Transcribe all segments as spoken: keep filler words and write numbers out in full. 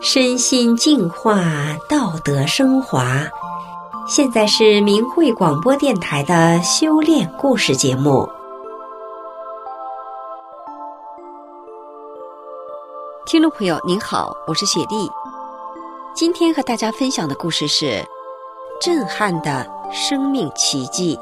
身心净化，道德升华。现在是明慧广播电台的修炼故事节目。 听众朋友您好，我是雪莉。今天和大家分享的故事是震撼的生命奇迹。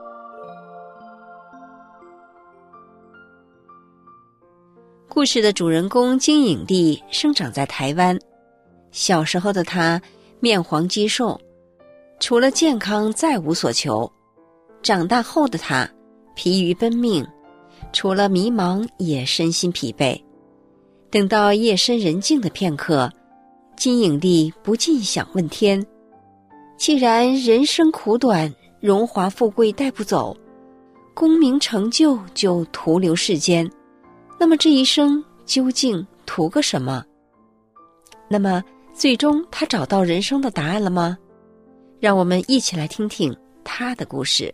故事的主人公金影帝生长在台湾，小时候的他面黄肌瘦，除了健康再无所求。长大后的他疲于奔命，除了迷茫也身心疲惫。等到夜深人静的片刻，金影帝不禁想问天，既然人生苦短，荣华富贵带不走，功名成就就徒留世间，那么这一生究竟图个什么？那么最终他找到人生的答案了吗？让我们一起来听听他的故事。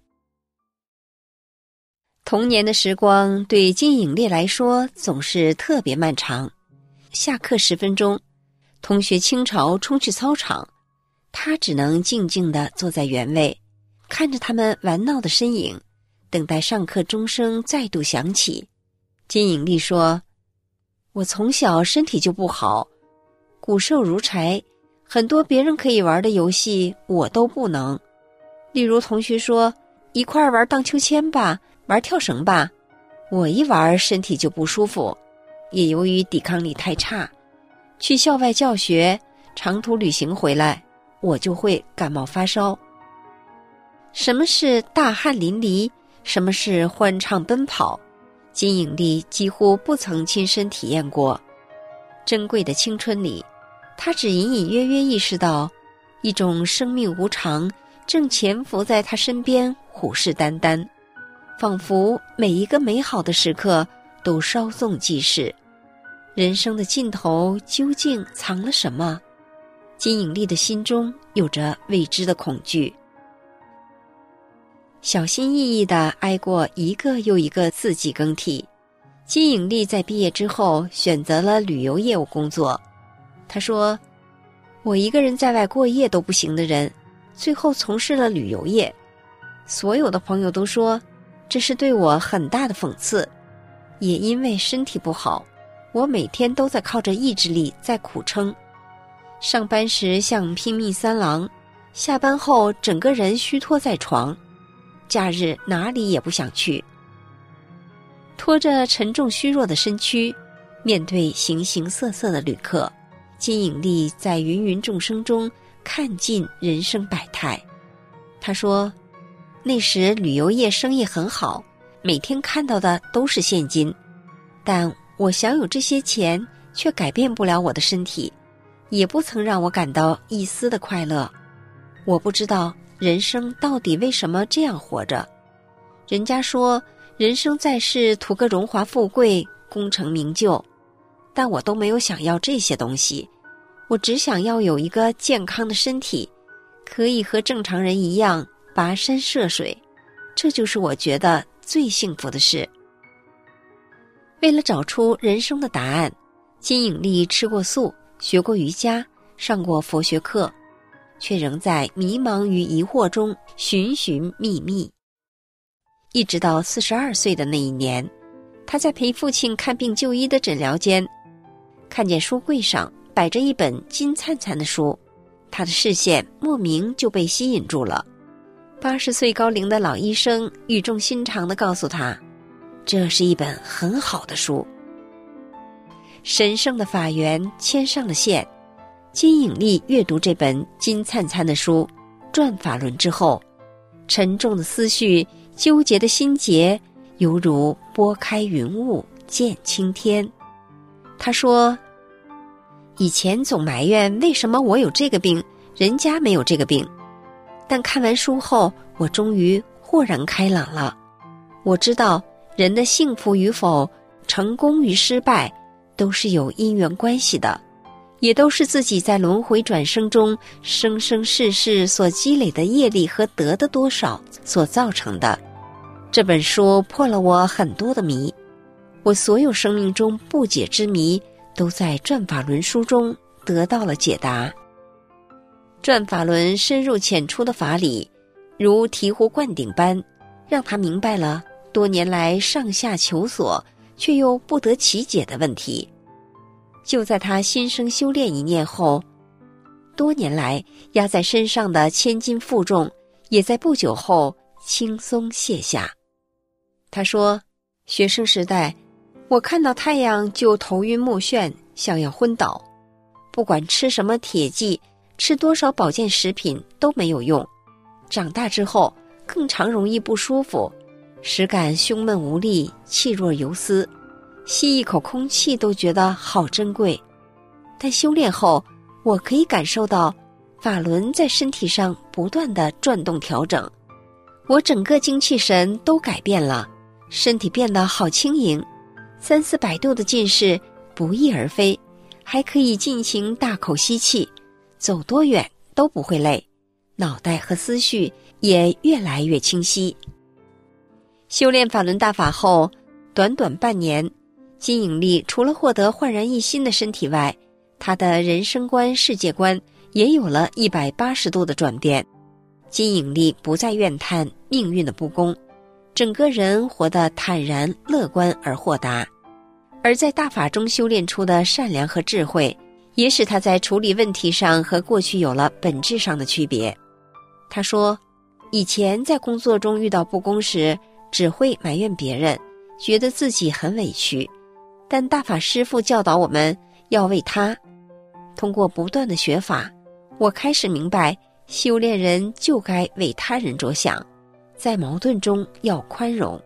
童年的时光对金影帝来说总是特别漫长。下课十分钟，同学倾巢冲去操场，他只能静静地坐在原位，看着他们玩闹的身影，等待上课钟声再度响起。金影帝说，我从小身体就不好，骨瘦如柴，很多别人可以玩的游戏我都不能。例如同学说一块玩荡秋千吧，玩跳绳吧，我一玩身体就不舒服，也由于抵抗力太差，去校外教学长途旅行回来，我就会感冒发烧。什么是大汗淋漓，什么是欢畅奔跑，金影帝几乎不曾亲身体验过。珍贵的青春里，他只隐隐约约意识到，一种生命无常正潜伏在他身边，虎视眈眈，仿佛每一个美好的时刻都稍纵即逝。人生的尽头究竟藏了什么？金影帝的心中有着未知的恐惧。小心翼翼地挨过一个又一个四季更替，金影帝在毕业之后选择了旅游业务工作。他说，我一个人在外过夜都不行的人，最后从事了旅游业。所有的朋友都说这是对我很大的讽刺，也因为身体不好，我每天都在靠着意志力在苦撑。上班时像拼命三郎，下班后整个人虚脱在床，假日哪里也不想去。拖着沉重虚弱的身躯，面对形形色色的旅客，金影帝在芸芸众生中看尽人生百态。他说，那时旅游业生意很好，每天看到的都是现金，但我享有这些钱却改变不了我的身体，也不曾让我感到一丝的快乐。我不知道人生到底为什么这样活着。人家说人生在世图个荣华富贵，功成名就，但我都没有想要这些东西，我只想要有一个健康的身体，可以和正常人一样跋山涉水，这就是我觉得最幸福的事。为了找出人生的答案，金影帝吃过素，学过瑜伽，上过佛学课，却仍在迷茫与疑惑中寻寻觅觅。一直到四十二岁的那一年，他在陪父亲看病就医的诊疗间，看见书柜上摆着一本金灿灿的书，他的视线莫名就被吸引住了。八十岁高龄的老医生语重心长地告诉他，这是一本很好的书。神圣的法缘牵上了线，金影帝阅读这本金灿灿的书《转法轮》之后，沉重的思绪，纠结的心结，犹如拨开云雾见青天。他说，以前总埋怨为什么我有这个病，人家没有这个病，但看完书后，我终于豁然开朗了。我知道人的幸福与否，成功与失败，都是有因缘关系的，也都是自己在轮回转生中生生世世所积累的业力和得的多少所造成的。这本书破了我很多的谜，我所有生命中不解之谜都在转法轮书中得到了解答。转法轮深入浅出的法理，如醍醐灌顶般，让他明白了多年来上下求索却又不得其解的问题。就在他心生修炼一念后，多年来压在身上的千斤负重也在不久后轻松卸下。他说，学生时代我看到太阳就头晕目眩，想要昏倒，不管吃什么铁剂，吃多少保健食品都没有用。长大之后更常容易不舒服，时感胸闷无力，气若游丝，吸一口空气都觉得好珍贵。但修炼后，我可以感受到法轮在身体上不断的转动调整，我整个精气神都改变了，身体变得好轻盈，三四百度的近视不翼而飞，还可以尽情大口吸气，走多远都不会累，脑袋和思绪也越来越清晰。修炼法轮大法后，短短半年，金颖丽除了获得焕然一新的身体外，她的人生观、世界观也有了一百八十度的转变。金颖丽不再怨叹命运的不公，整个人活得坦然、乐观而豁达。而在大法中修炼出的善良和智慧，也使他在处理问题上和过去有了本质上的区别。他说，以前在工作中遇到不公时，只会埋怨别人，觉得自己很委屈，但大法师父教导我们要为他。通过不断的学法，我开始明白，修炼人就该为他人着想，在矛盾中要宽容。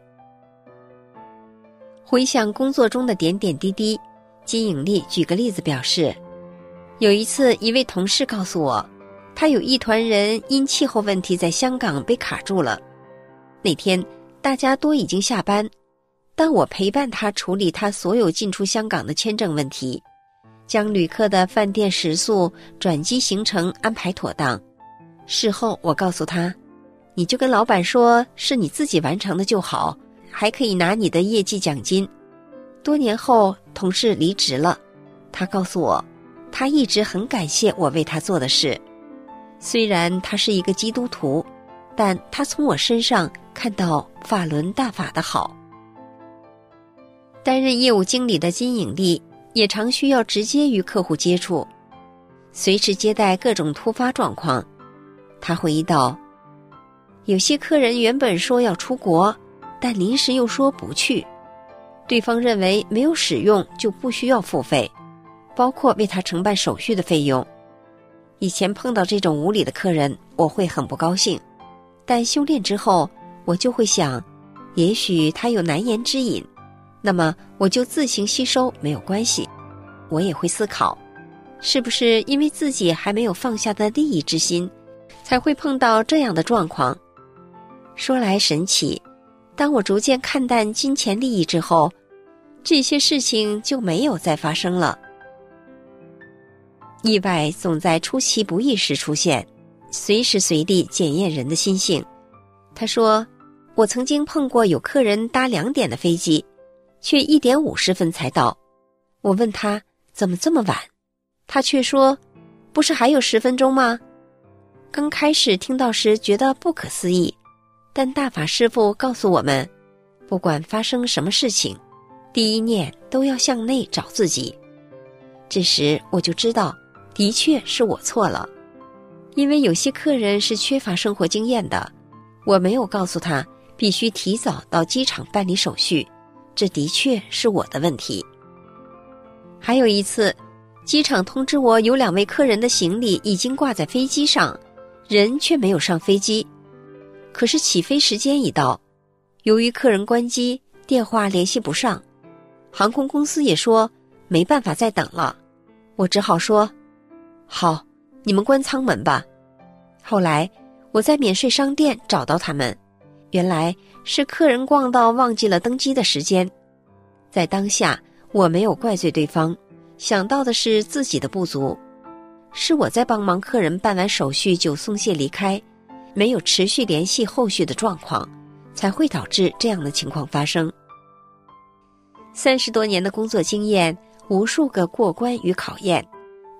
回想工作中的点点滴滴，金颖丽举个例子表示，有一次一位同事告诉我，他有一团人因气候问题在香港被卡住了。那天大家都已经下班，当我陪伴他处理他所有进出香港的签证问题，将旅客的饭店食宿、转机行程安排妥当。事后我告诉他，你就跟老板说是你自己完成的就好，还可以拿你的业绩奖金。多年后同事离职了，他告诉我，他一直很感谢我为他做的事。虽然他是一个基督徒，但他从我身上看到法轮大法的好。担任业务经理的金颖丽也常需要直接与客户接触，随时接待各种突发状况。他回忆道，有些客人原本说要出国，但临时又说不去，对方认为没有使用就不需要付费，包括为他承办手续的费用。以前碰到这种无理的客人，我会很不高兴，但修炼之后，我就会想，也许他有难言之隐，那么我就自行吸收，没有关系。我也会思考，是不是因为自己还没有放下的利益之心，才会碰到这样的状况。说来神奇，当我逐渐看淡金钱利益之后，这些事情就没有再发生了。意外总在出其不意时出现，随时随地检验人的心性。他说，我曾经碰过有客人搭两点的飞机，却一点五十分才到。我问他怎么这么晚，他却说，不是还有十分钟吗？刚开始听到时觉得不可思议，但大法师父告诉我们，不管发生什么事情，第一念都要向内找自己。这时我就知道，的确是我错了，因为有些客人是缺乏生活经验的，我没有告诉他必须提早到机场办理手续，这的确是我的问题。还有一次，机场通知我有两位客人的行李已经挂在飞机上，人却没有上飞机。可是起飞时间已到，由于客人关机，电话联系不上，航空公司也说没办法再等了。我只好说，好，你们关舱门吧。后来我在免税商店找到他们，原来是客人逛到忘记了登机的时间。在当下我没有怪罪对方，想到的是自己的不足，是我在帮忙客人办完手续就松懈离开，没有持续联系后续的状况，才会导致这样的情况发生。三十多年的工作经验，无数个过关与考验，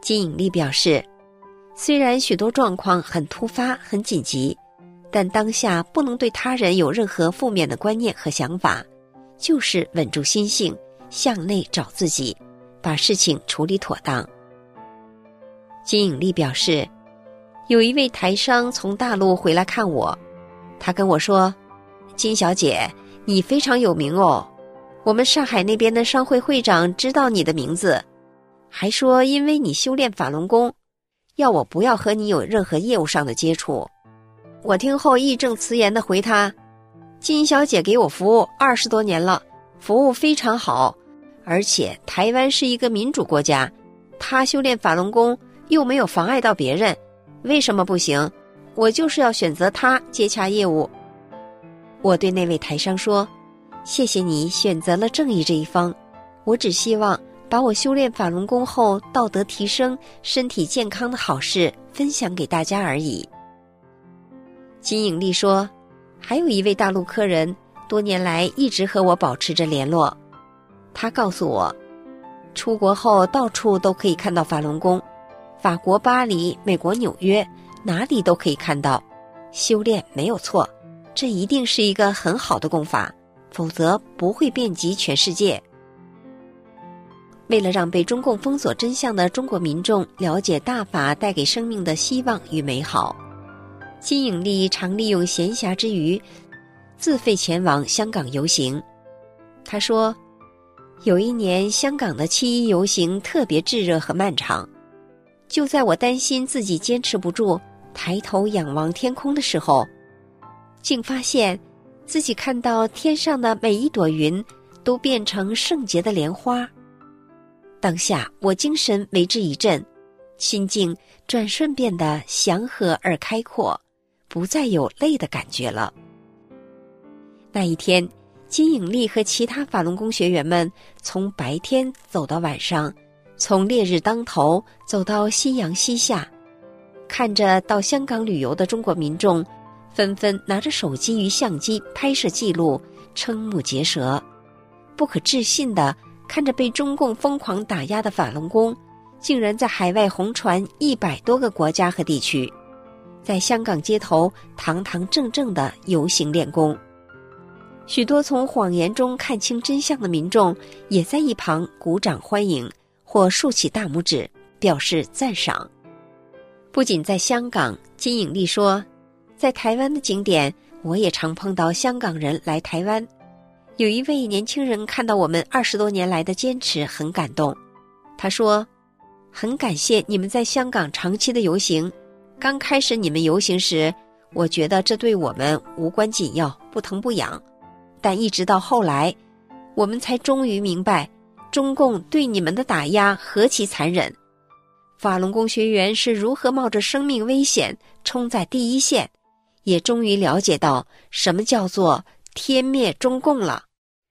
金颖丽表示，虽然许多状况很突发很紧急，但当下不能对他人有任何负面的观念和想法，就是稳住心性，向内找自己，把事情处理妥当。金颖丽表示，有一位台商从大陆回来看我，他跟我说，金小姐，你非常有名哦，我们上海那边的商会会长知道你的名字，还说因为你修炼法轮功，要我不要和你有任何业务上的接触。我听后义正辞严地回他，金小姐给我服务二十多年了，服务非常好，而且台湾是一个民主国家，她修炼法轮功又没有妨碍到别人，为什么不行？我就是要选择她接洽业务。我对那位台商说，谢谢你选择了正义这一方，我只希望把我修炼法轮功后道德提升、身体健康的好事分享给大家而已。金颖丽说，还有一位大陆客人多年来一直和我保持着联络，他告诉我，出国后到处都可以看到法轮功，法国巴黎、美国纽约哪里都可以看到，修炼没有错，这一定是一个很好的功法，否则不会遍及全世界。为了让被中共封锁真相的中国民众了解大法带给生命的希望与美好，金颖丽常利用闲暇之余自费前往香港游行。她说，有一年香港的七一游行特别炙热和漫长，就在我担心自己坚持不住，抬头仰望天空的时候，竟发现自己看到天上的每一朵云都变成圣洁的莲花。当下我精神为之一振，心境转瞬变得祥和而开阔，不再有累的感觉了。那一天，金颖丽和其他法轮功学员们从白天走到晚上，从烈日当头走到夕阳西下，看着到香港旅游的中国民众纷纷拿着手机与相机拍摄记录，瞠目结舌，不可置信地看着被中共疯狂打压的法轮功竟然在海外红传一百多个国家和地区，在香港街头堂堂正正地游行练功。许多从谎言中看清真相的民众也在一旁鼓掌欢迎，或竖起大拇指表示赞赏。不仅在香港，金颖丽说，在台湾的景点我也常碰到香港人来台湾，有一位年轻人看到我们二十多年来的坚持很感动，他说，很感谢你们在香港长期的游行，刚开始你们游行时，我觉得这对我们无关紧要，不疼不痒，但一直到后来，我们才终于明白中共对你们的打压何其残忍，法轮功学员是如何冒着生命危险冲在第一线，也终于了解到什么叫做天灭中共了。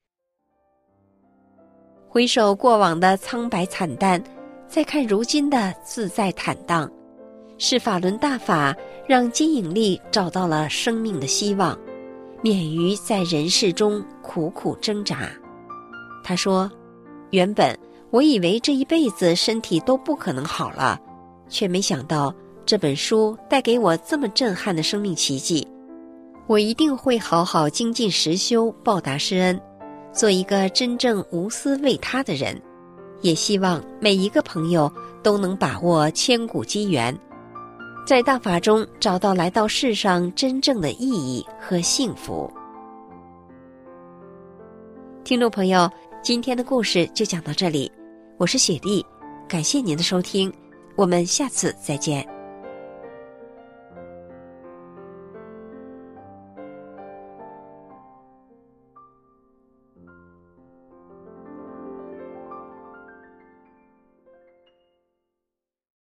回首过往的苍白惨淡，再看如今的自在坦荡，是法轮大法让金颖丽找到了生命的希望，免于在人世中苦苦挣扎。她说，原本我以为这一辈子身体都不可能好了，却没想到这本书带给我这么震撼的生命奇迹。我一定会好好精进实修，报答师恩，做一个真正无私为他的人。也希望每一个朋友都能把握千古机缘，在大法中找到来到世上真正的意义和幸福。听众朋友，今天的故事就讲到这里，我是雪莉，感谢您的收听，我们下次再见。